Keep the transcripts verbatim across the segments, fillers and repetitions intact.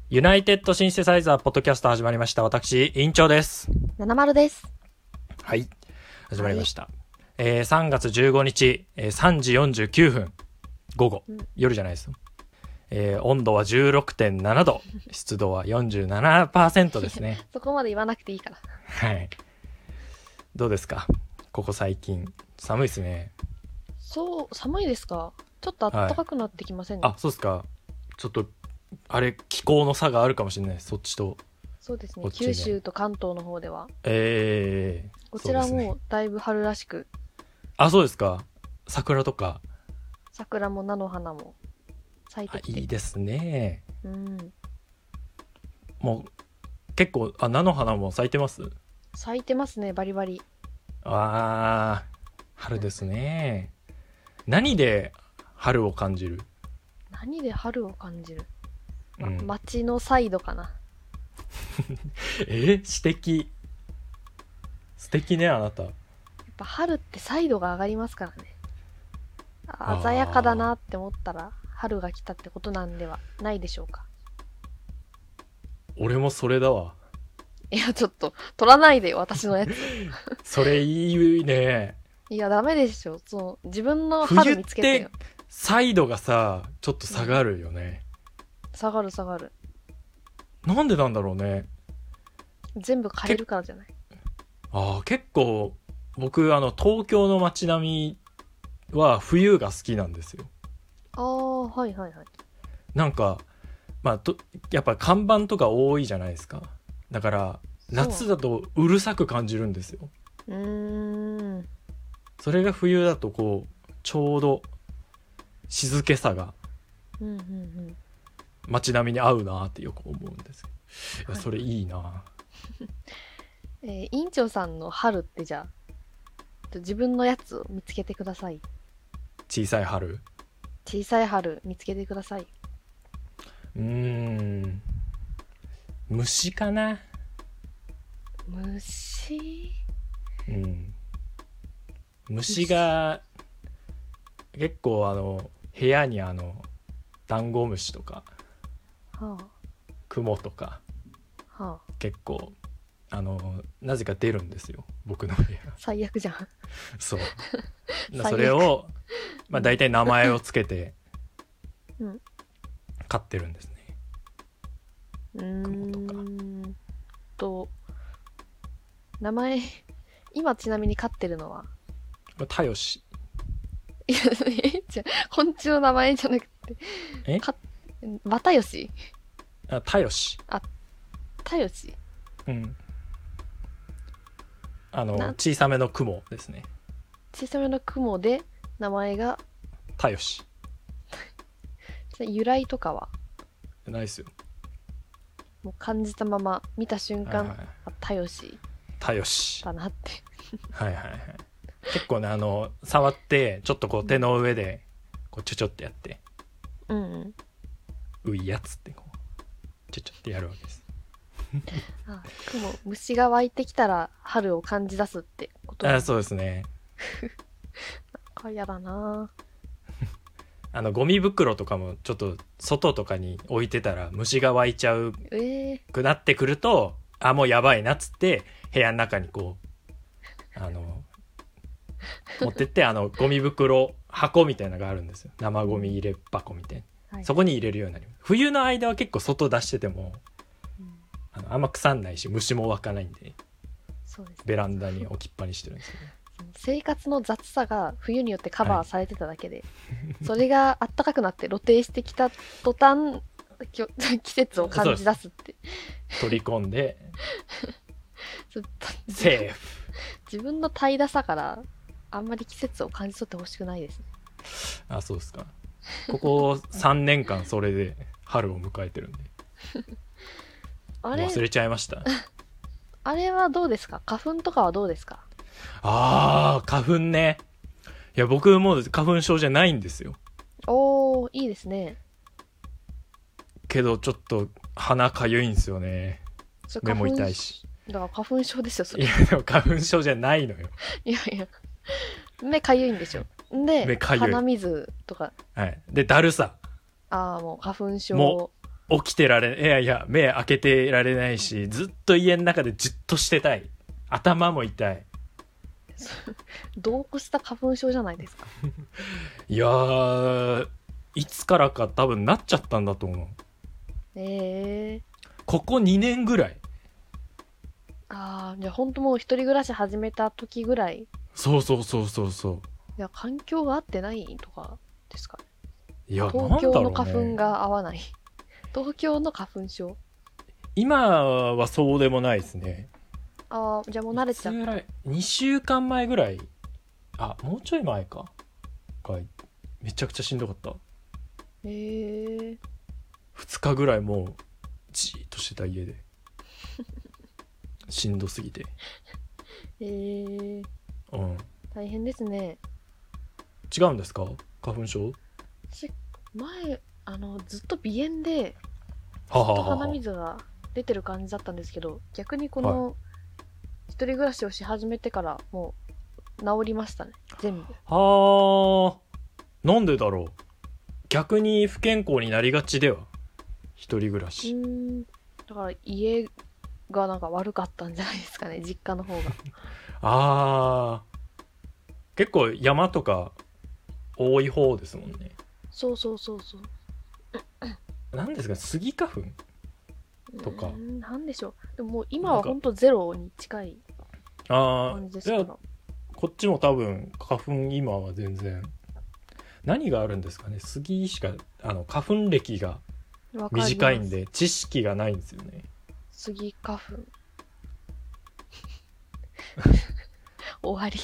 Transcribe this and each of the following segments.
ユナイテッドシンセサイザーポッドキャスト始まりました。私、委員長です。 ななまるです。 はい。始まりました。はい、えー、さんがつじゅうごにち、えー、さんじよんじゅうきゅうふん、午後、うん、夜じゃないですよ。えー、温度は じゅうろくてんななど、湿度は よんじゅうななパーセント ですね。 そこまで言わなくていいから。 はい。どうですか？ここ最近。寒いですね。 そう、寒いですか？ちょっと暖かくなってきませんね。 はい、あ、そうですか。ちょっと、あれ、気候の差があるかもしれない。そっちと。 そうですね。九州と関東の方では。 ええー。 こちらもだいぶ春らしく。 あ、そうですか。桜とか。 桜も菜の花も咲いてきて。 いいですね。 うん。 もう、結構、あ、菜の花も咲いてます？ 咲いてますね、バリバリ。 あー、春ですね。何で春を感じる？ 何で春を感じる？ うん、 街のサイドかな。 え、素敵。素敵ね、あなた。やっぱ春ってサイドが上がりますからね。鮮やかだなって思ったら春が来たってことなんではないでしょうか。 俺もそれだわ。 いや、ちょっと取らないでよ、私のやつ。 それいいね。 いや、ダメでしょ。そう、自分の春見つけてよ。 冬ってサイドがさ、ちょっと下がるよね。 うん、下がる下がる。 なんでなんだろうね。 全部枯れるからじゃない？ ああ、結構僕あの東京の街並みは冬が好きなんですよ。 ああ、はいはいはい。 なんかまあとやっぱ看板とか多いじゃないですか。だから夏だとうるさく感じるんですよ。 うーん。 それが冬だとこうちょうど静けさが街並みに合うなってよく思うんですよ。いや、それいいな。はいえー、委員長さんの春ってじゃあ自分のやつを見つけてください。 小さい春。 小さい春見つけてください。 うーん。虫かな。 虫。 うん。虫が結構あの部屋にあのダンゴムシとか、 はあ、 クモとか、 はあ、 結構あのなぜか出るんですよ、僕の部屋。 最悪じゃん。 そうそれをまあ大体名前をつけて飼ってるんですね。 うん、クモとかと名前今ちなみに飼ってるのはタヨシ。 いや、え、じゃ昆虫の名前じゃなくて、 えか綿よし。 あ、タヨシ。 あ、タヨシ。 うん。あの小さめのクモですね。 小さめのクモで名前がタヨシ。 由来とかはないですよ。 もう感じたまま見た瞬間、はいはい、あ、タヨシ。 タヨシだなって。 はいはいはい。結構ね、あの触ってちょっとこう手の上でこうちょちょってやって、 うん、うん、 ういやつってこうちょちょってやるわけです。 あ、雲、虫が湧いてきたら春を感じ出すってこと。 あ、そうですね。 なんかやだな。 あのゴミ袋とかもちょっと外とかに置いてたら虫が湧いちゃうくなってくると、えー、あ、もうやばいなっつって部屋の中にこうあの持ってってあのゴミ袋箱みたいなのがあるんですよ。生ゴミ入れ箱みたいな、はい、そこに入れるようになります。冬の間は結構外出してても、うん、あのあんま腐んないし虫も湧かないんで、 そうですね、 ベランダに置きっぱにしてるんですけど、 生活の雑さが冬によってカバーされてただけで、はい、それがあったかくなって露呈してきた途端季節を感じ出すって取り込んでセーフ。 自分の怠惰さからあんまり季節を感じ取ってほしくないですね。 あ、そうですか。ここさんねんかんそれで春を迎えてるんであれ忘れちゃいましたあれはどうですか？花粉とかはどうですか？ あー、花粉ね。いや、僕もう花粉症じゃないんですよ。 おー、いいですね。 けどちょっと鼻かゆいんですよね。目も痛いし。 だから花粉症ですよ、それ。 いや、でも花粉症じゃないのよ。 いやいや、目かゆいんでしょ。で、鼻水とか。 はい。で、だるさ。 ああ、もう花粉症。も起きてられいやいや目開けてられないし、ずっと家の中でじっとしてたい。頭も痛い。 同行した花粉症じゃないですか。 いやー、いつからか多分なっちゃったんだと思う。 ええー、 ここにねんぐらい。 ああ、じゃあ本当もう一人暮らし始めた時ぐらい。 そうそうそうそうそう。 いや、環境が合ってないとかですかね。 いや、 東京のなんだろうね、 花粉が合わない。東京の花粉症。 今はそうでもないですね。 ああ、じゃあもう慣れちゃった。 にしゅうかんまえぐらい、あ、もうちょい前かがめちゃくちゃしんどかった。 へえー、 ふつかぐらいもうじーっとしてた家でしんどすぎて。 えー、 うん。 大変ですね。 違うんですか、花粉症？ 私前あのずっと鼻炎でずっははははと鼻水が出てる感じだったんですけど、逆にこの、はい、一人暮らしをし始めてからもう治りましたね、全部。 はあ、なんでだろう。逆に不健康になりがちでは、一人暮らし。 うーん、だから家がなんか悪かったんじゃないですかね、実家の方が。 あー、結構山とか多い方ですもんね。 そうそうそうそう。 なんですか、スギ花粉とか。 んなんでしょう。でももう今は本当ゼロに近い感じですから。 あ、こっちも多分花粉今は全然。何があるんですかね。スギしかあの花粉歴が短いんで知識がないんですよね。 スギ花粉終わり。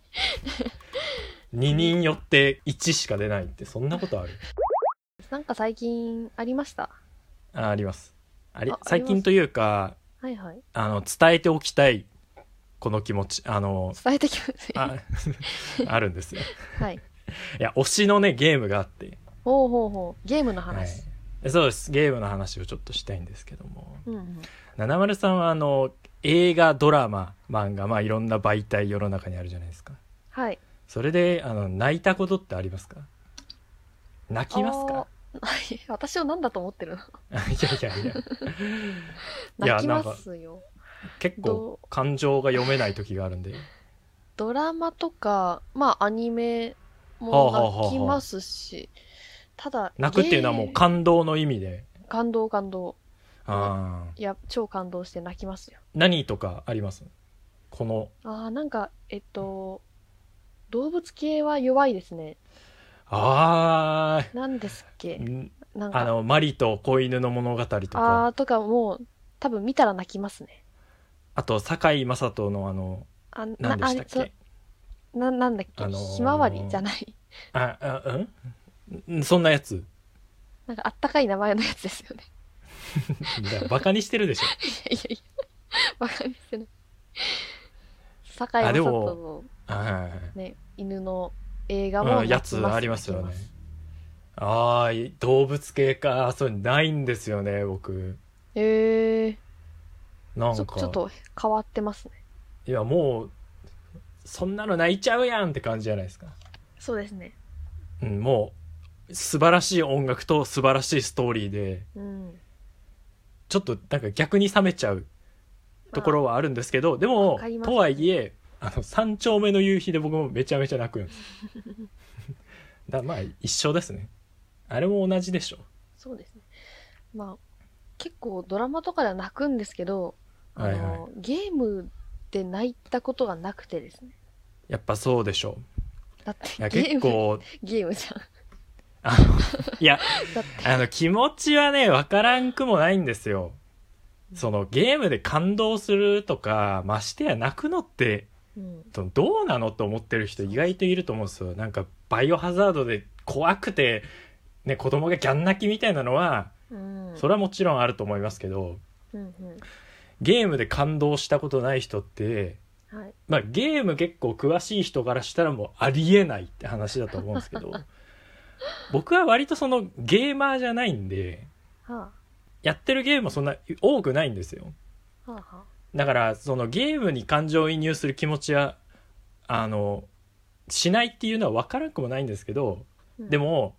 ににんよっていちしか出ないってそんなことある？ なんか最近ありました？ あ、あります。ありあ最近というか、 はいはい、 あの伝えておきたいこの気持ち、あの伝えてきます、 あ, あるんですよ。 はい。 いや、推しのねゲームがあって。 ほうほうほう、ゲームの話、 はい、そうです。ゲームの話をちょっとしたいんですけども、 うんうん、 ななまるさんはあの映画、ドラマ、漫画、まあいろんな媒体世の中にあるじゃないですか。 はい。 それであの泣いたことってありますか？泣きますか？ 私を何だと思ってるの？いやいやいや泣きますよ。 結構感情が読めない時があるんで。 ドラマとかまあアニメも泣きますし、はあはあはあ、ただ泣くっていうのはもう感動の意味で。 感動感動。 あ、 いや超感動して泣きますよ。 何とかあります？このあ、なんかえっと動物系は弱いですね。 あー、 なんですっけ、 なんかあのマリと子犬の物語とか。 あーとかもう多分見たら泣きますね。 あと堺雅人のあのあ何でしたっけ、 な, なんだっけ、あのー、ひまわりじゃない。 ああ、うん、そんなやつ。 なんかあったかい名前のやつですよね。 バカにしてるでしょ。 いやいやいや、バカにしてない。堺雅人の、ね、犬の映画も、 うん、やつありますよね。ああ、動物系か。そうないんですよね、僕。 へえ。 なんかちょっと変わってますね。 いや、もうそんなの泣いちゃうやんって感じじゃないですか。 そうですね。 うん、もう素晴らしい音楽と素晴らしいストーリーで、 うん、 ちょっとなんか逆に冷めちゃうところはあるんですけど、でもとはいえあの三丁目の夕日で僕もめちゃめちゃ泣くんです。だまあ一緒ですね。あれも同じでしょ。 そうですね。まあ結構ドラマとかでは泣くんですけど、あの、はいはい、ゲームで泣いたことがなくてですね。 やっぱそうでしょう。 だっていや結構ゲームじゃん。 あのいやあの気持ちはね分からんくもないんですよ。そのゲームで感動するとか、ましてや泣くのって、うん、どうなのと思ってる人意外といると思うんですよ。なんかバイオハザードで怖くて、ね、子供がギャン泣きみたいなのは、うん、それはもちろんあると思いますけど、うんうん、ゲームで感動したことない人って、はい、まあ、ゲーム結構詳しい人からしたらもうありえないって話だと思うんですけど僕は割とそのゲーマーじゃないんで、はあ、やってるゲームもそんな多くないんですよ。はあはあ、だからそのゲームに感情移入する気持ちはあのしないっていうのは分からなくもないんですけど、うん、でも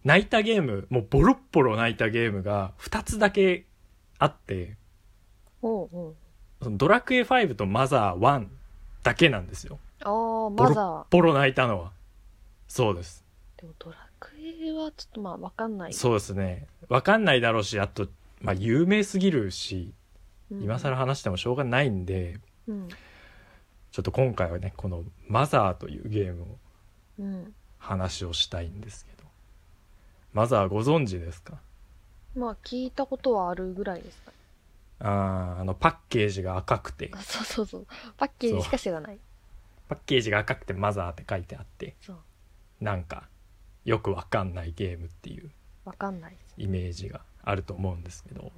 泣いたゲーム、もうボロッボロ泣いたゲームがふたつだけあって、 おうおう、 そのドラクエファイブとマザーワンだけなんですよ。 ああ、マザー。 ボロッボロ泣いたのは。そうです。 でもドラクエはちょっとまあわかんない。 そうですね。わかんないだろうし、あと、まあ有名すぎるし、うん、今更話してもしょうがないんで、うん、ちょっと今回はね、このマザーというゲームを話をしたいんですけど、うん、マザーご存知ですか？ まあ聞いたことはあるぐらいですか。 ああ、あのパッケージが赤くて、 あ、そうそうそう、パッケージしか知らない。 パッケージが赤くてマザーって書いてあって、そうなんかよくわかんないゲームっていうわかんないイメージがあると思うんですけど、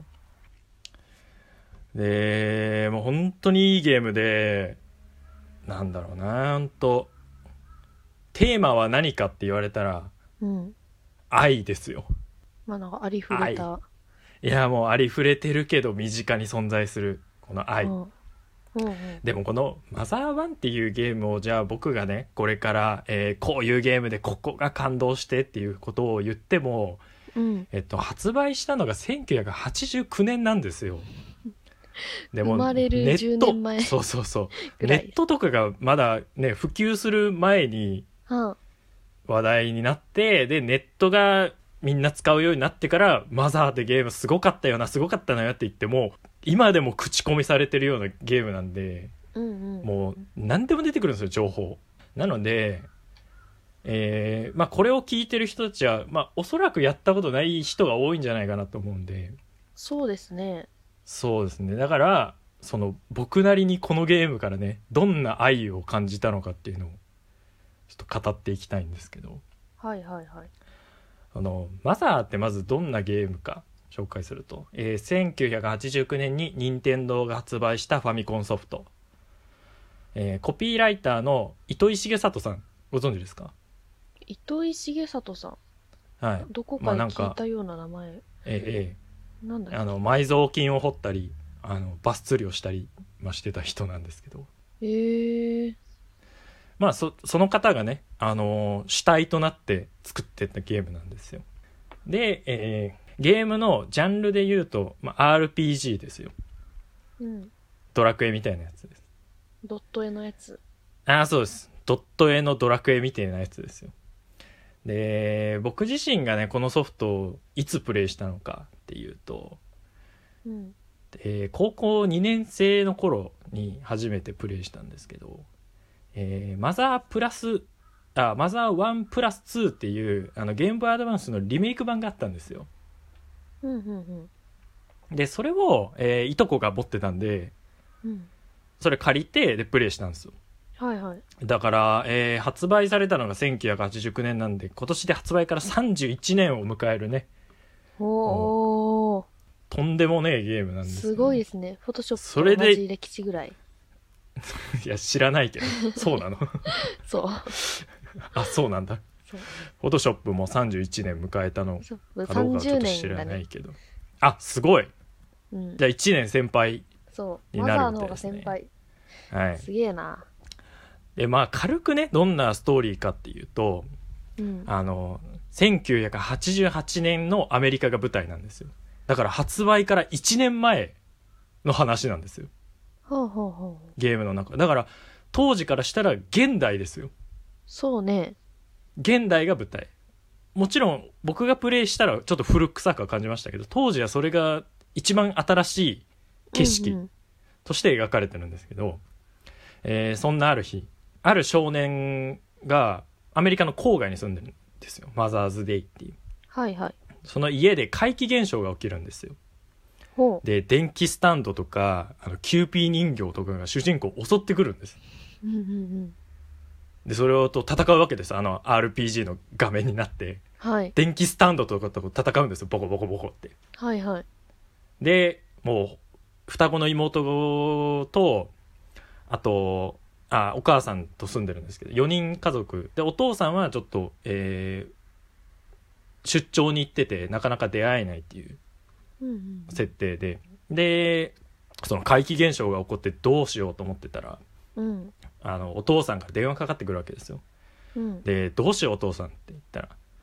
でもう本当にいいゲームで、なんだろうな、ほんとテーマは何かって言われたら、うん、愛ですよ。 まあなんかありふれた、 いやもうありふれてるけど身近に存在するこの愛、うんうんうん、でもこのマザーワンっていうゲームをじゃあ僕がねこれから、えー、こういうゲームでここが感動してっていうことを言っても、うんえっと、発売したのがせんきゅうひゃくはちじゅうきゅうねんなんですよ。 でも生まれるじゅうねんまえそうそうそうネットとかがまだね普及する前に話題になって、でネットがみんな使うようになってからマザーってゲームすごかったよなすごかったなよって言っても今でも口コミされてるようなゲームなんで、うんうん、もう何でも出てくるんですよ情報なので、えーまあ、これを聞いてる人たちは、まあ、おそらくやったことない人が多いんじゃないかなと思うんで。 そうですねそうですね。だからその僕なりにこのゲームからねどんな愛を感じたのかっていうのをちょっと語っていきたいんですけど、 はいはいはい。 あのマザーってまずどんなゲームか紹介すると、えー、せんきゅうひゃくはちじゅうきゅうねんに任天堂が発売したファミコンソフト、えー、コピーライターの糸井重里さんご存知ですか？ 糸井重里さん、 はい、 どこかで聞いたような名前、まあ、 えええなんだっけ、 あの埋蔵金を掘ったりあのバス釣りをしたり、まあ、してた人なんですけど、 へー、 まあ そ, その方がね、あのー、主体となって作ってったゲームなんですよ。で、えーゲームのジャンルで言うと、まあ、アールピージー ですよ、うん、ドラクエみたいなやつです。 ドット絵のやつ。 ああそうです、ドット絵のドラクエみたいなやつですよ。で僕自身がねこのソフトをいつプレイしたのかっていうと、うん、で高校にねん生の頃に初めてプレイしたんですけど、えー、マザープラスあマザーワンプラスツーっていうあのゲームボーイアドバンスのリメイク版があったんですよ。うんうんうん、でそれを、えー、いとこが持ってたんで、うん、それ借りてでプレイしたんですよ。 はいはい。 だから、えー、発売されたのがせんきゅうひゃくはちじゅうきゅうねんなんで今年で発売からさんじゅういちねんを迎えるね、 おー、 とんでもねえゲームなんです、ね、 すごいですね。フォトショップと同じ歴史ぐらい。 いや知らないけどそうなのそうあそうなんだ。フォトショップもさんじゅういちねん迎えたのかどうかはちょっと知らないけど、ね、あすごい、うん、じゃあいちねん先輩になるみたいですね。 そうマザーの方が先輩、 はい、 すげえな。 でまあ軽くねどんなストーリーかっていうと、うん、あのせんきゅうひゃくはちじゅうはちねんのアメリカが舞台なんですよ。だから発売からいちねんまえの話なんですよ、 ほうほうほう、 ゲームの中だから当時からしたら現代ですよ。 そうね、 現代が舞台。もちろん僕がプレイしたらちょっと古臭くは感じましたけど当時はそれが一番新しい景色として描かれてるんですけど、うんうん、えー、そんなある日ある少年がアメリカの郊外に住んでるんですよ。マザーズデイっていう、 はいはい、 その家で怪奇現象が起きるんですよ。ほうで電気スタンドとかあのキューピー人形とかが主人公を襲ってくるんです、うんうんうん、でそれをと戦うわけです。あの アールピージー の画面になって、はい、電気スタンドとかと戦うんですよ、ボコボコボコって。 はいはい。 でもう双子の妹とあとあお母さんと住んでるんですけどよにん家族で、お父さんはちょっと、えー、出張に行っててなかなか出会えないっていう設定で、うんうん、でその怪奇現象が起こってどうしようと思ってたら、うん、あのお父さんから電話かかってくるわけですよ、うん、でどうしようお父さんって言ったら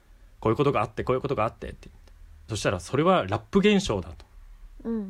こういうことがあってこういうことがあってってそしたらそれはラップ現象だと、 うんうんうん、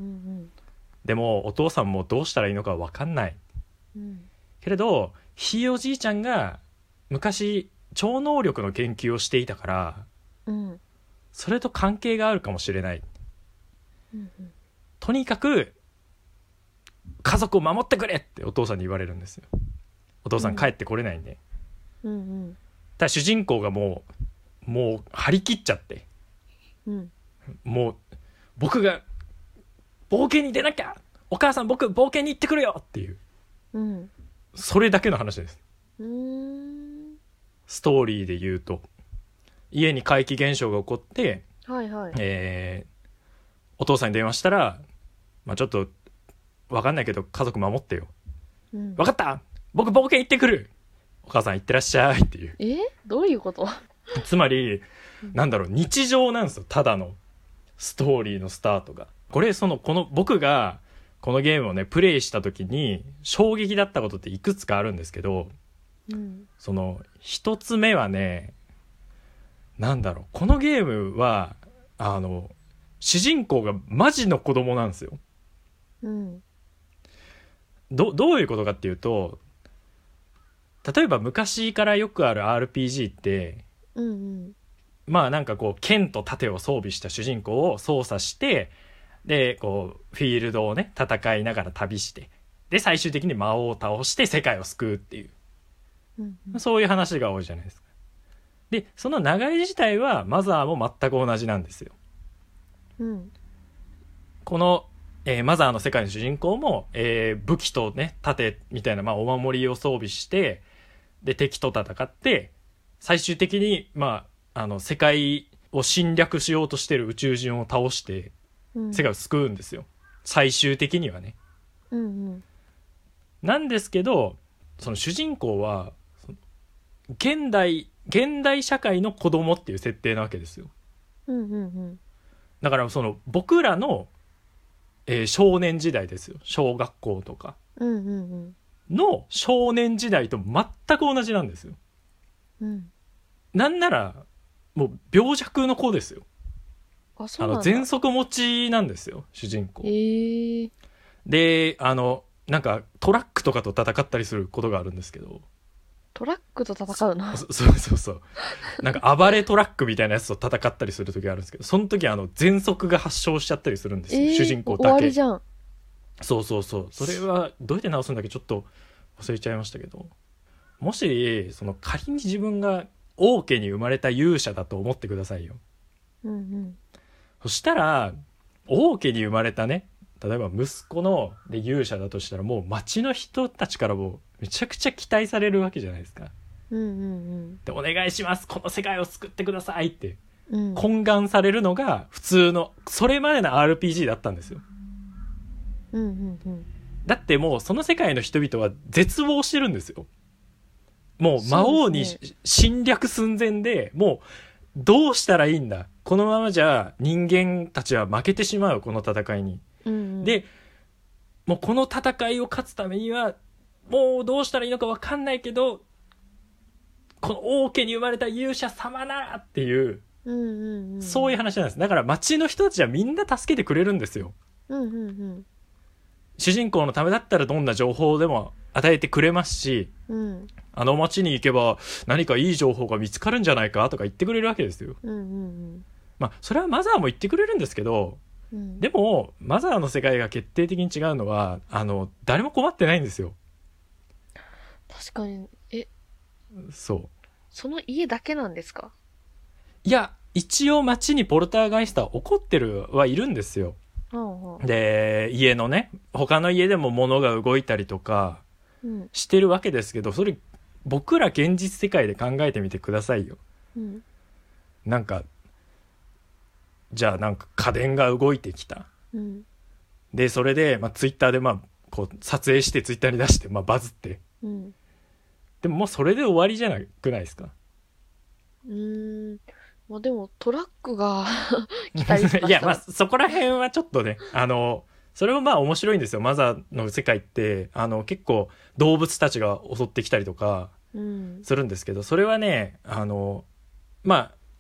でもお父さんもどうしたらいいのか分かんない、 うん、 けれどひいおじいちゃんが昔超能力の研究をしていたから、 うん、 それと関係があるかもしれない、 うんうん、 とにかく家族を守ってくれってお父さんに言われるんですよ。お父さん帰ってこれないんで、 うんうん、 ただ主人公がもうもう張り切っちゃって、 うん、 もう僕が冒険に出なきゃ、お母さん僕冒険に行ってくるよっていう、 うん、 それだけの話です。 うーん、 ストーリーで言うと家に怪奇現象が起こって、 はいはい、 えー、お父さんに電話したら、まあ、ちょっと分かんないけど家族守ってよ、うん、分かった僕冒険行ってくる、お母さん行ってらっしゃいっていう。 えどういうことつまりなんだろう、日常なんですよ、ただのストーリーのスタートが。これそのこの僕がこのゲームをねプレイした時に衝撃だったことっていくつかあるんですけど、 うん、 その一つ目はね、なんだろう、このゲームはあの主人公がマジの子供なんですよ、 うん、 ど, どういうことかっていうと、例えば昔からよくある アールピージー って、 うんうん、 まあなんかこう剣と盾を装備した主人公を操作して、でこうフィールドをね戦いながら旅して、で最終的に魔王を倒して世界を救うっていう、うんうん、そういう話が多いじゃないですか。でその流れ自体はマザーも全く同じなんですよ、うん、この、えー、マザーの世界の主人公も、えー、武器とね盾みたいな、まあ、お守りを装備して、で敵と戦って最終的に、まあ、あの世界を侵略しようとしてる宇宙人を倒して世界を救うんですよ、うん、最終的にはね、うんうん、なんですけどその主人公は現代現代社会の子供っていう設定なわけですよ、うんうんうん、だからその僕らの、えー、少年時代ですよ、小学校とかの少年時代と全く同じなんですよ、うん、なんならもう病弱の子ですよ。 あ、そうなんだ。 あの喘息持ちなんですよ主人公。 へー。 であのなんかトラックとかと戦ったりすることがあるんですけど、 トラックと戦うの？ そそうそうそうなんか暴れトラックみたいなやつと戦ったりする時があるんですけど、その時あの喘息が発症しちゃったりするんですよ、えー、主人公だけ。 終わりじゃん。 そうそうそう、それはどうやって直すんだっけちょっと忘れちゃいましたけど、もしその仮に自分が王家に生まれた勇者だと思ってくださいよ、うんうん、そしたら王家に生まれたね、例えば息子ので勇者だとしたらもう町の人たちからもめちゃくちゃ期待されるわけじゃないですか、うんうんうん、でお願いしますこの世界を救ってくださいって、うん、懇願されるのが普通のそれまでの アールピージー だったんですよ、うんうんうん、だってもうその世界の人々は絶望してるんですよ。もう魔王に侵略寸前で、もうどうしたらいいんだ、このままじゃ人間たちは負けてしまうこの戦いに、うんうん、でもうこの戦いを勝つためにはもうどうしたらいいのか分かんないけどこの王家に生まれた勇者様ならっていう、うんうんうん、そういう話なんです。だから町の人たちはみんな助けてくれるんですよ、うんうんうん、主人公のためだったらどんな情報でも与えてくれますし、うん、あの町に行けば何かいい情報が見つかるんじゃないかとか言ってくれるわけですよ、うんうんうん、まあそれはマザーも言ってくれるんですけど、うん、でもマザーの世界が決定的に違うのはあの誰も困ってないんですよ。 確かに。えそうその家だけなんですか？ いや一応町にポルターガイストは起こってるはいるんですよ、うんうん、で家のね他の家でも物が動いたりとかしてるわけですけど、それ僕ら現実世界で考えてみてくださいよ、うん、なんかじゃあなんか家電が動いてきた、うん、でそれで、まあ、ツイッターで、まあ、こう撮影してツイッターに出して、まあ、バズって、うん、でももうそれで終わりじゃなくないですか？ うーん、まあ、でもトラックが来たりしましたいや、まあ、そこら辺はちょっとねあのそれもまあ面白いんですよ。マザーの世界ってあの結構動物たちが襲ってきたりとかするんですけど、うん、それはねあのまあ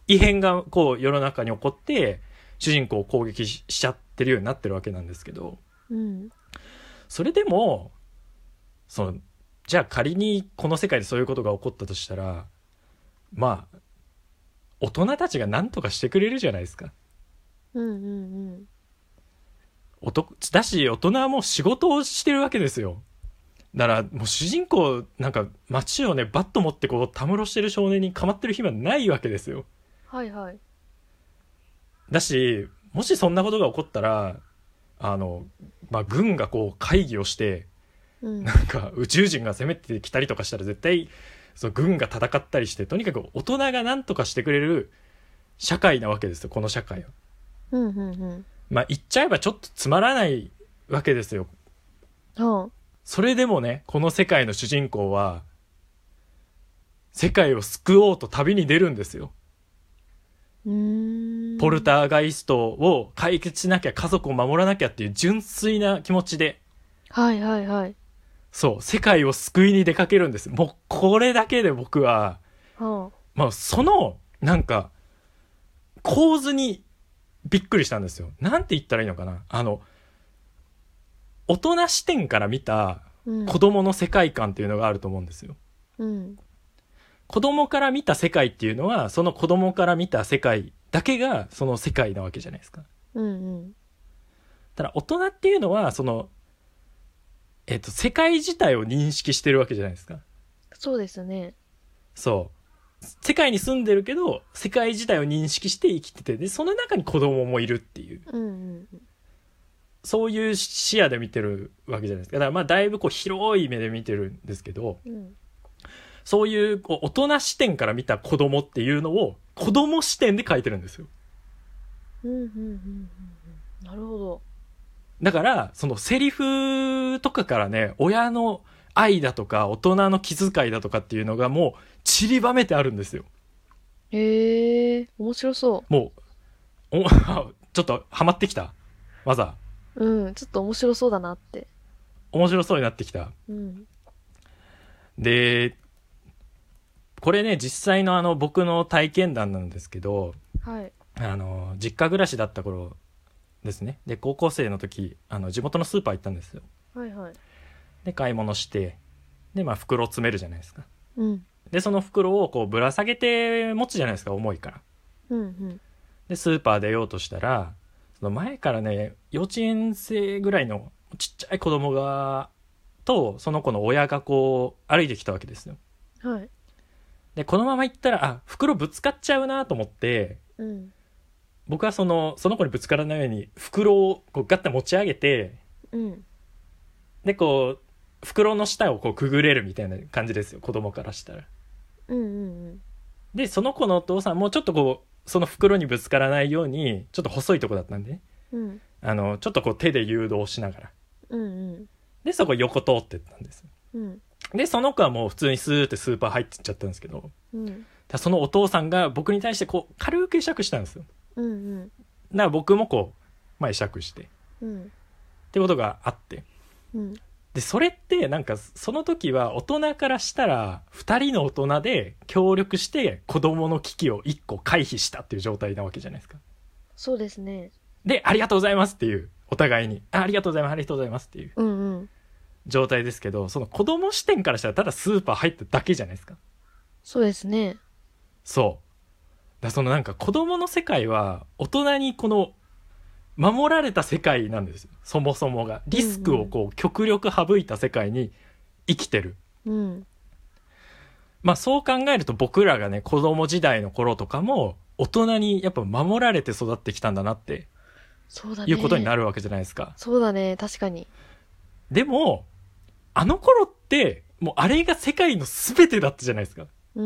異変がこう世の中に起こって主人公を攻撃 し, しちゃってるようになってるわけなんですけど、 うん、 それでもそのじゃあ仮にこの世界でそういうことが起こったとしたら、まあ大人たちが何とかしてくれるじゃないですか。 うんうんうん。 おとだし大人はもう仕事をしてるわけですよ。だからもう主人公なんか街をねバット持ってこうたむろしてる少年に構ってる暇ないわけですよ。 はいはい。 だしもしそんなことが起こったらあの、まあ、軍がこう会議をして、うん、なんか宇宙人が攻めてきたりとかしたら絶対その軍が戦ったりして、とにかく大人が何とかしてくれる社会なわけですよ、この社会は。 うんうんうん。 まあ言っちゃえばちょっとつまらないわけですよ。 うん。 それでもね、この世界の主人公は世界を救おうと旅に出るんですよ。 うーん。 ポルターガイストを解決しなきゃ、家族を守らなきゃっていう純粋な気持ちで、 はいはいはい。 そう世界を救いに出かけるんです。もうこれだけで僕は、 はあ、 まあそのなんか構図にびっくりしたんですよ。なんて言ったらいいのかな、あの大人視点から見た子供の世界観っていうのがあると思うんですよ。 うん、 子供から見た世界っていうのはその子供から見た世界だけがその世界なわけじゃないですか。 うんうん、 ただ大人っていうのはその、えっと、世界自体を認識してるわけじゃないですか。 そうですね。 そう世界に住んでるけど世界自体を認識して生きてて、でその中に子供もいるっていう、 うんうん、 そういう視野で見てるわけじゃないですか。だからまあだいぶこう広い目で見てるんですけど、 うん、 そういうこう大人視点から見た子供っていうのを子供視点で描いてるんですよ。 うんうんうんうん、なるほど。 だからそのセリフとかからね、親の愛だとか大人の気遣いだとかっていうのがもう散りばめてあるんですよ。 へえ、面白そう。 もうおちょっとハマってきたまだ。 うん、ちょっと面白そうだなって。 面白そうになってきた。 うん、 でこれね実際のあの僕の体験談なんですけど、 はい、 あの実家暮らしだった頃ですね。で高校生の時あの地元のスーパー行ったんですよ。 はいはい。 で買い物してで、まあ、袋を詰めるじゃないですか。 うん、 でその袋をこうぶら下げて持つじゃないですか、重いから。 うんうん、 でスーパー出ようとしたらその前からね幼稚園生ぐらいのちっちゃい子供がとその子の親がこう歩いてきたわけですよ。 はい。 でこのまま行ったらあ袋ぶつかっちゃうなと思って、 うん、 僕はそのその子にぶつからないように袋をこうガッて持ち上げて、 うん、 でこう袋の下をこうくぐれるみたいな感じですよ、子供からしたら。 うんうんうん、 でその子のお父さんもちょっとこうその袋にぶつからないようにちょっと細いとこだったんで、ね、 うん、 あのちょっとこう手で誘導しながら、 うんうん、 でそこ横通ってったんですよ。 うん、 でその子はもう普通にスーってスーパー入ってっちゃったんですけど、 うん、 だそのお父さんが僕に対してこう軽く会釈したんですよ。 うんうん、 だから僕もこう、まあ、会釈して、 うん、 ってことがあって、 うん、 でそれってなんかその時は大人からしたらふたりの大人で協力して子供の危機をいっこ回避したっていう状態なわけじゃないですか。 そうですね。 でありがとうございますっていうお互いに あ, ありがとうございますありがとうございますっていううんうん、 状態ですけど、その子供視点からしたらただスーパー入っただけじゃないですか。 そうですね。 そうだ、そのなんか子供の世界は大人にこの守られた世界なんですよ。そもそもがリスクをこう極力省いた世界に生きてる、 うん、 まあそう考えると僕らがね子供時代の頃とかも大人にやっぱ守られて育ってきたんだなってそうだね、 いうことになるわけじゃないですか。 そうだね、確かに。 でもあの頃ってもうあれが世界の全てだったじゃないですか。 うん、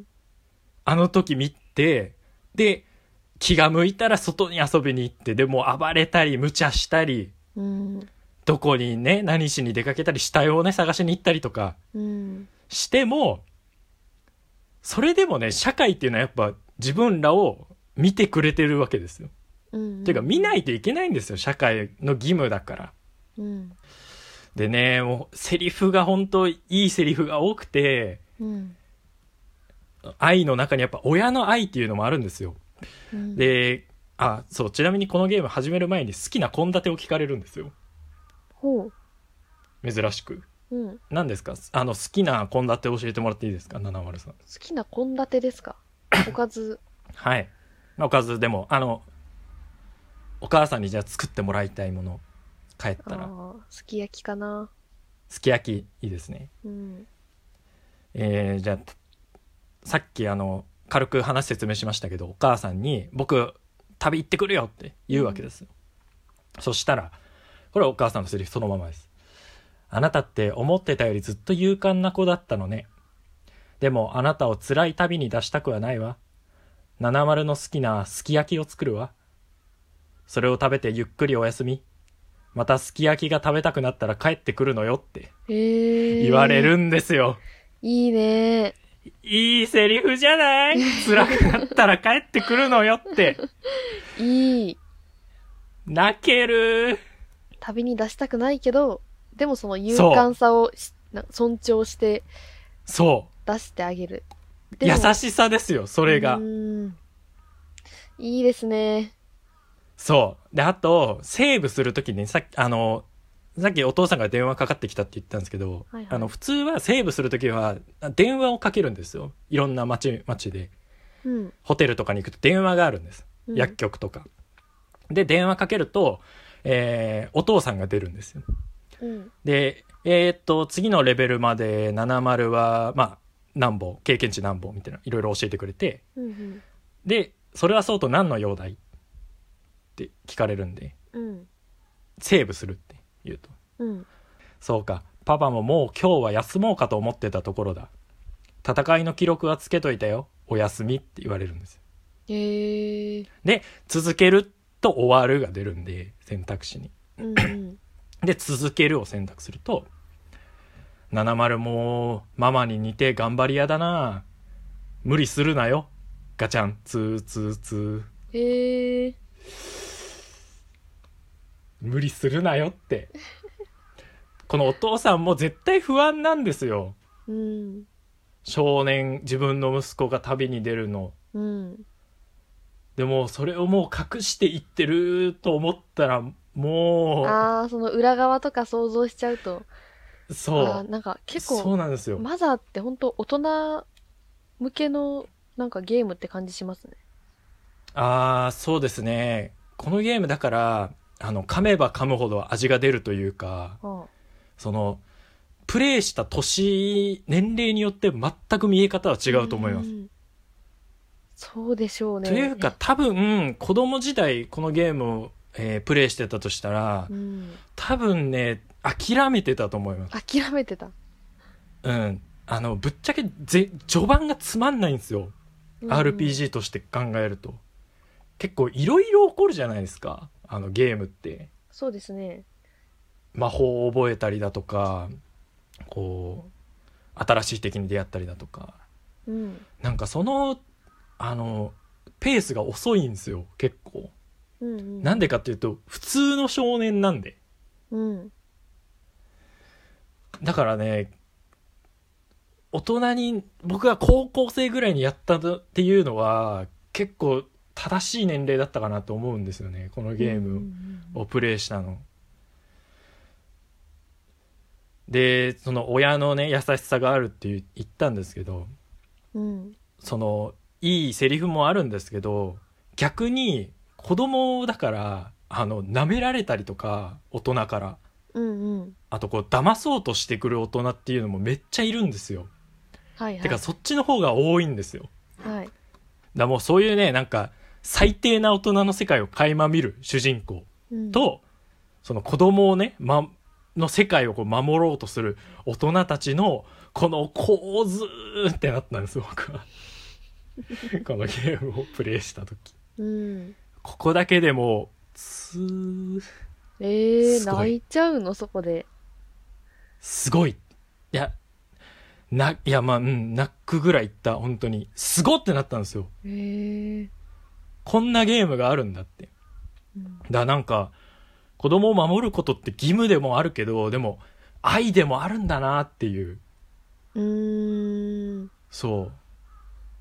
あの時見て、で気が向いたら外に遊びに行って、でも暴れたり無茶したり、 うん、 どこにね何しに出かけたり死体をね探しに行ったりとかしても、うん、それでもね社会っていうのはやっぱ自分らを見てくれてるわけですよ、うんうん、ていうか見ないといけないんですよ、社会の義務だから、うん、でねもうセリフが本当いいセリフが多くて、うん、 愛の中にやっぱ親の愛っていうのもあるんですよ、うん、で、あ、そうちなみにこのゲーム始める前に好きな献立を聞かれるんですよ。 ほう珍しく、 うん、 何ですか、あの好きな献立教えてもらっていいですか、ななまるさん。好きな献立ですか。おかずはい、おかずでもあのお母さんにじゃあ作ってもらいたいもの帰ったら。 あ、すき焼きかな。 すき焼きいいですね、 うん、 えー、じゃあさっきあの軽く話説明しましたけど、お母さんに僕旅行ってくるよって言うわけですよ、うん、そしたらこれはお母さんのセリフそのままです。あなたって思ってたよりずっと勇敢な子だったのね。でもあなたを辛い旅に出したくはないわ。ななまるの好きなすき焼きを作るわ。それを食べてゆっくりお休み。またすき焼きが食べたくなったら帰ってくるのよって言われるんですよ。 いいね。 いいセリフじゃない。辛くなったら帰ってくるのよっていい。 泣ける。 旅に出したくないけど、でもその勇敢さを尊重してそう出してあげる。 優しさですよ、それが。うーん、いいですね。 そうで、あとセーブするときにさっきあのさっきお父さんが電話かかってきたって言ったんですけど、はいはい、あの普通はセーブするときは電話をかけるんですよ。いろんな町町で、うん、ホテルとかに行くと電話があるんです、うん、薬局とかで電話かけると、えー、お父さんが出るんですよ、うん、でえー、っと次のレベルまでななまるはまあ何本経験値何本みたいないろいろ教えてくれて、うんうん、でそれはそうと何の用だいって聞かれるんで、うん、セーブするって言うと、うん、そうかパパももう今日は休もうかと思ってたところだ。戦いの記録はつけといたよ、おやすみって言われるんですよ。 へー。 で続けると終わるが出るんで選択肢に、うんうん、で続けるを選択するとななまるもママに似て頑張り屋だな、無理するなよガチャンツーツーツー。へー。 無理するなよってこのお父さんも絶対不安なんですよ、うん、少年自分の息子が旅に出るの、うん、でもそれをもう隠していってると思ったらもうああ、その裏側とか想像しちゃうと、 そうあ、なんか結構そうなんですよ。 マザーって本当大人向けのなんかゲームって感じしますね。 ああ、そうですね。このゲームだからあの噛めば噛むほど味が出るというか、はあ、そのプレイした年年齢によって全く見え方は違うと思います。 そうでしょうね。 というか多分子供時代このゲームを、えー、プレイしてたとしたら、うん、多分ね諦めてたと思います。 諦めてた。 うん。あのぶっちゃけぜ序盤がつまんないんですよ、うん、アールピージー として考えると結構いろいろ起こるじゃないですか、あのゲームって。 そうですね。 魔法を覚えたりだとか、こう新しい敵に出会ったりだとか、うん、なんかそのあのペースが遅いんですよ結構、うんうん、なんでかっていうと普通の少年なんで、うん、だからね大人に僕が高校生ぐらいにやったっていうのは結構正しい年齢だったかなと思うんですよね、このゲームをプレイしたの。でその親のね優しさがあるって言ったんですけど、うん、そのいいセリフもあるんですけど逆に子供だからあの舐められたりとか大人から、うんうん、あとこう騙そうとしてくる大人っていうのもめっちゃいるんですよ、はいはい、てかそっちの方が多いんですよ、はい、だもうそういうねなんか最低な大人の世界を垣間見る主人公と、うん、その子供をね、ま、の世界をこう守ろうとする大人たちのこの構図ってなったんです僕はこのゲームをプレイした時、うん、ここだけでもつーえー、泣いちゃうのそこで。 すごい。いやないやまあ、うん、泣くぐらいいった本当にすごってなったんですよ。へー、こんなゲームがあるんだって、うん、だからなんか子供を守ることって義務でもあるけどでも愛でもあるんだなっていう、うーんそう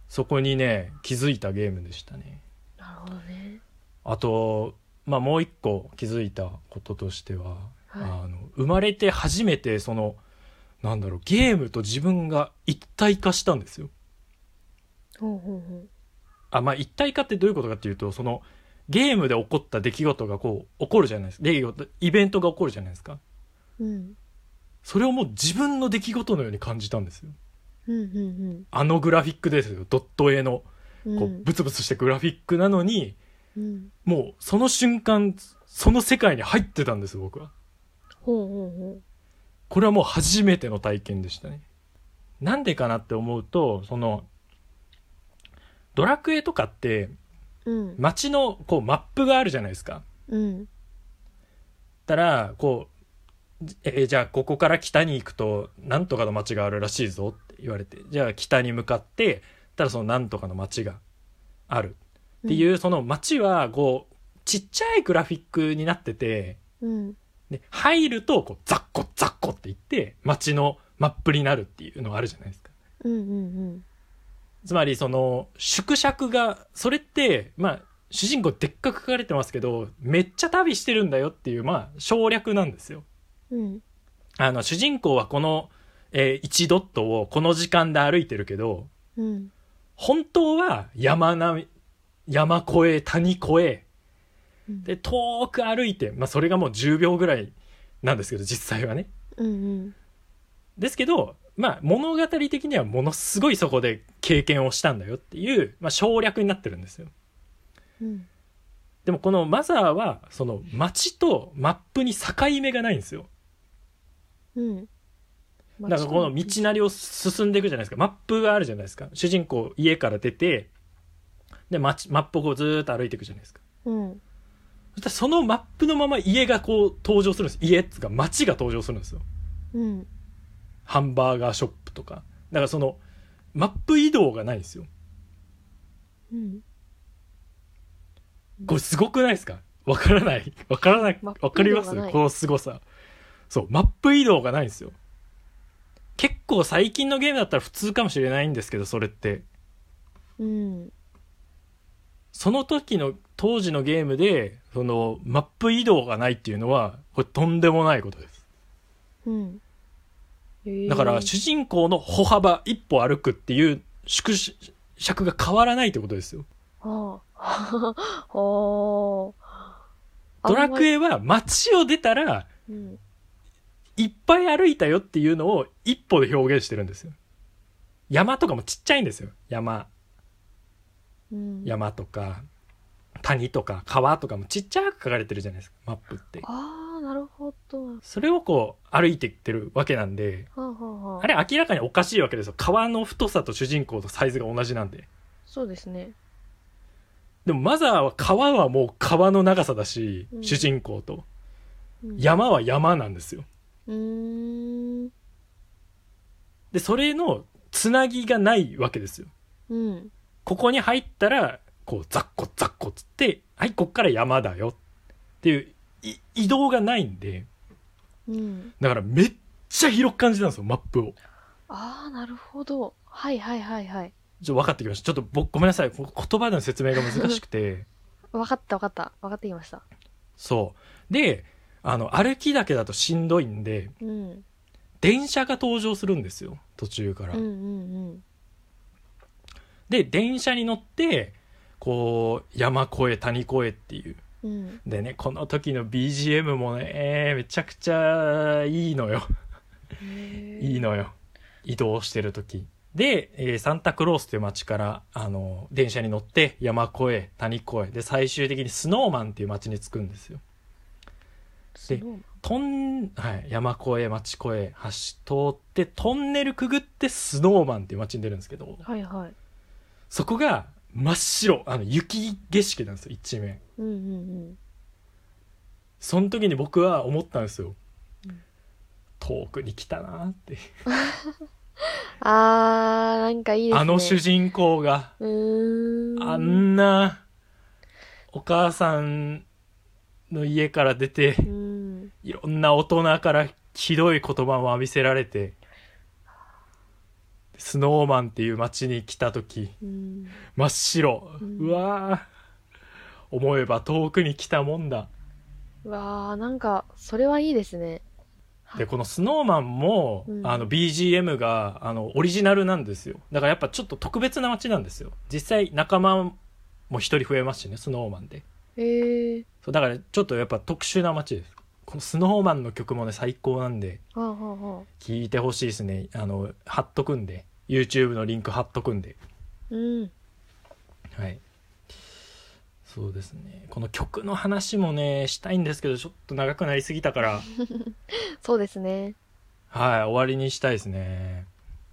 そこにね気づいたゲームでしたね。 なるほどね。 あと、まあ、もう一個気づいたこととしては、 はい、 あの生まれて初めてそのなんだろうゲームと自分が一体化したんですよ。 ほうほうほう。 あ、まあ一体化ってどういうことかっていうと、そのゲームで起こった出来事がこう起こるじゃないですか。出来事、イベントが起こるじゃないですか。 うん。 それをもう自分の出来事のように感じたんですよ。 うんうんうん。 あのグラフィックですよ。ドット絵のうん、 こうブツブツしてグラフィックなのに、 うん、 もうその瞬間その世界に入ってたんです僕は。 ほうほうほう。 これはもう初めての体験でしたね。なんでかなって思うと、そのドラクエとかってうん、 街のこうマップがあるじゃないですか。 うん、 たらこう、えーじゃあここから北に行くとなんとかの街があるらしいぞって言われて、じゃあ北に向かってたらそのなんとかの街があるっていう、 うん、 その街はこうちっちゃいグラフィックになってて、 うん、 で入るとこうザッコザッコって言って街のマップになるっていうのがあるじゃないですか。 うん、うん、 つまりその縮尺が、それってまあ主人公でっかく書かれてますけどめっちゃ旅してるんだよっていう、まあ省略なんですよ。 うん、 あの主人公はこの、えー、いちドットをこの時間で歩いてるけど、 うん、 本当は山並み山越え谷越えで遠く歩いて、まあ、それがもうじゅうびょうぐらいなんですけど実際はね。 うん、うん、 ですけど、まあ、物語的にはものすごいそこで経験をしたんだよっていう、まあ、省略になってるんですよ。 うん、 でもこのマザーはその街とマップに境目がないんですよ。 うん。 だからこの道なりを進んでいくじゃないですか。マップがあるじゃないですか。主人公家から出てで街マップをこうずーっと歩いていくじゃないですか。 うん、 そしたらそのマップのまま家がこう登場するんです。家っつうか街が登場するんですよ。 うん、 ハンバーガーショップとか。だからそのマップ移動がないんですよ。 うん。 これすごくないですか？わからないわからないマップわかります？ 移動がないこのすごさ。そう、マップ移動がないんですよ。結構最近のゲームだったら普通かもしれないんですけど、それって。 うん。 その時の当時のゲームでそのマップ移動がないっていうのはこれとんでもないことです。 うん。えー、 だから主人公の歩幅一歩歩くっていう縮尺が変わらないってことですよ。 はあ、はあ。 ドラクエは街を出たら、 うん、 いっぱい歩いたよっていうのを一歩で表現してるんですよ。山とかもちっちゃいんですよ。山、 うん、 山とか谷とか川とかもちっちゃく書かれてるじゃないですか、マップって。 ああ、なるほど。 それをこう歩いていってるわけなんで、 はあはあはあ、 あれ明らかにおかしいわけですよ。川の太さと主人公とサイズが同じなんで。 そうですね。 でもマザーは川はもう川の長さだし、 うん、 主人公と、 うん、 山は山なんですよ。 うーん。 でそれのつなぎがないわけですよ。 うん。 ここに入ったらこうザッコザッコつって、はいこっから山だよっていう移動がないんで、 うん、 だからめっちゃ広く感じたんですよ、マップを。 ああ、なるほど。はいはいはいはい。 ちょっと分かってきました。ちょっと僕ごめんなさい、言葉での説明が難しくて分かった分かった分かってきました。 そうで、あの歩きだけだとしんどいんで、 うん、 電車が登場するんですよ、途中から。 うんうんうん、 で電車に乗ってこう山越え谷越えっていう、 うん、 でねこの時の ビージーエム もねめちゃくちゃいいのよいいのよ、移動してる時で、えー、サンタクロースという町からあの電車に乗って山越え谷越えで最終的にスノーマンっていう町に着くんですよ。でトン、はい、山越え町越え橋通ってトンネルくぐってスノーマンっていう町に出るんですけど、 はいはい、 そこが真っ白、あの雪景色なんですよ、一面。 うんうんうん、 その時に僕は思ったんですよ、 うん、 遠くに来たなってあーなんかいいですね。 あの主人公がうーん、 あんなお母さんの家から出て、うん、いろんな大人からひどい言葉を浴びせられて、 スノーマンっていう街に来た時、 うん、 真っ白、うん、うわー、思えば遠くに来たもんだ。 うわー、なんかそれはいいですね。 でこのスノーマンも、うん、あの ビージーエム があのオリジナルなんですよ。だからやっぱちょっと特別な街なんですよ。実際仲間も一人増えますしね、スノーマンで。 へー。 そうだからちょっとやっぱ特殊な街です。このスノーマンの曲もね最高なんで、 はあはあはあ、 聞いてほしいですね。あの貼っとくんで YouTube のリンク貼っとくんで、 うん、 はい、そうですね。この曲の話もねしたいんですけど、ちょっと長くなりすぎたからそうですね、 はい、終わりにしたいですね。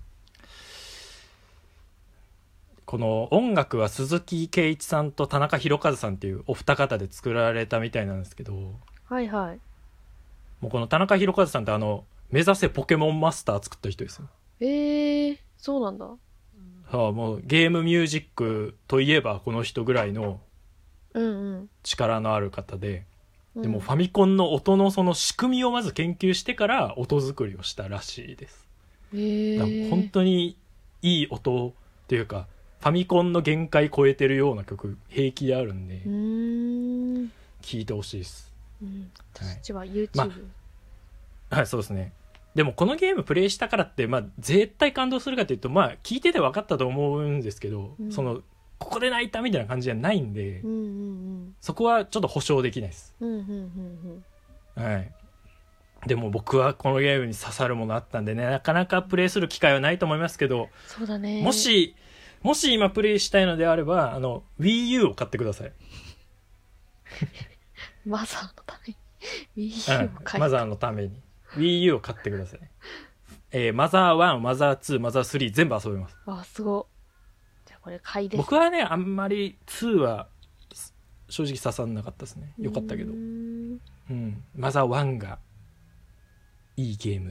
この音楽は鈴木圭一さんと田中宏和さんっていうお二方で作られたみたいなんですけど、 はいはい、 もうこの田中宏和さんってあの目指せポケモンマスター作った人ですよ。 えー、そうなんだ。はあ、もうゲームミュージックといえばこの人ぐらいの力のある方で、うんうん、でもファミコンの音のその仕組みをまず研究してから音作りをしたらしいです。 えー、 本当にいい音っていうかファミコンの限界超えてるような曲平気であるんで、 うーん、 聴いてほしいです、 うん、私は YouTube、 まあ、はい、そうですね。でもこのゲームプレイしたからって、まあ、絶対感動するかというと、まあ、聞いてて分かったと思うんですけど、うん、そのここで泣いたみたいな感じじゃないんで、 うんうんうん、 そこはちょっと保証できないです、 うんうんうんうん、はい。でも僕はこのゲームに刺さるものあったんでね、なかなかプレイする機会はないと思いますけど、 そうだね、 もしもし今プレイしたいのであればあの WiiU を買ってくださいマザーのために WiiU を買い、 うん、マザーのために WiiU を買ってください、えー、マザーワン、マザーツー、マザースリー全部遊べます。 あ、すごい。じゃあこれ買いです。 僕はねあんまりツーは正直刺さんなかったですね。よかったけど、うーん、うん、マザーワンがいいゲームです。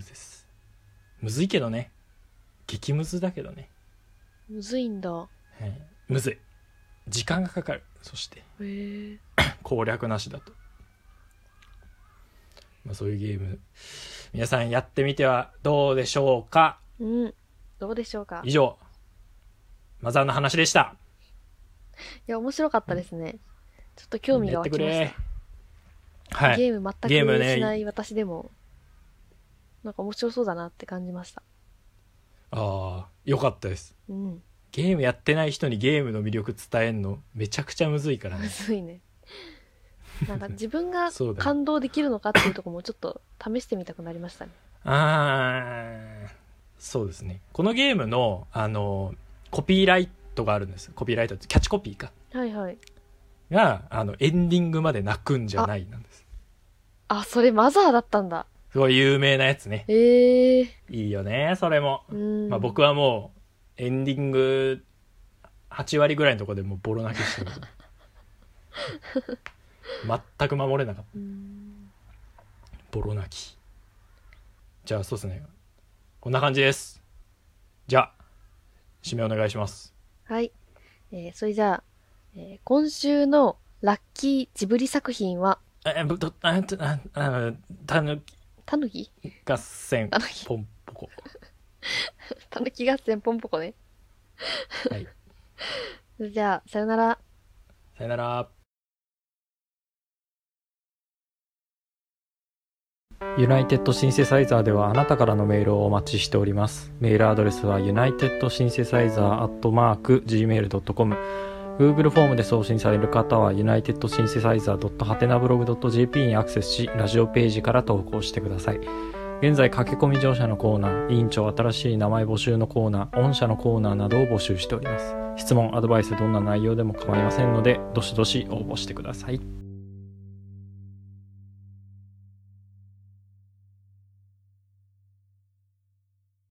むずいけどね、激ムズだけどね。 むずいんだ、 はい、むずい、時間がかかる。そしてへ攻略なしだと、まあ、そういうゲーム皆さんやってみてはどうでしょうか。 うん、どうでしょうか。 以上マザーの話でした。 いや面白かったですね、うん、ちょっと興味が湧きました。はい、ゲーム全くしない私でも、ね、なんか面白そうだなって感じました。 ああ、よかったです、 うん、 ゲームやってない人にゲームの魅力伝えんのめちゃくちゃむずいからね。 むずいね。なんか自分が感動できるのかっていうところもちょっと試してみたくなりましたね。 ああ、そうですね。このゲームのあのコピーライトがあるんですよ。コピーライトってキャッチコピーか、 はいはい、 があのエンディングまで泣くんじゃないなんです。 あ、それマザーだったんだ。 すごい有名なやつね。 えー、 いいよねそれも。 うん、 まあ、僕はもうエンディングはち割ぐらいのところでもうボロ泣きしてる全く守れなかった、うん、ボロ泣き。じゃあそうですね、こんな感じです。じゃあ締めお願いします。 はい、えー、それじゃあ、えー、今週のラッキージブリ作品はえぶとあああたぬきたぬき合戦ポンポコたぬき合戦ポンポコねはいじゃあさよなら。 さよなら。ユナイテッドシンセサイザーではあなたからのメールをお待ちしております。メールアドレスはユナイテッドシンセサイザーアットマーク ジーメールドットコム、 Google フォームで送信される方はユナイテッドシンセサイザーハテナブログ ドットジェーピー にアクセスし、ラジオページから投稿してください。現在駆け込み乗車のコーナー、委員長新しい名前募集のコーナー、御社のコーナーなどを募集しております。質問、アドバイス、どんな内容でも構いませんのでどしどし応募してください。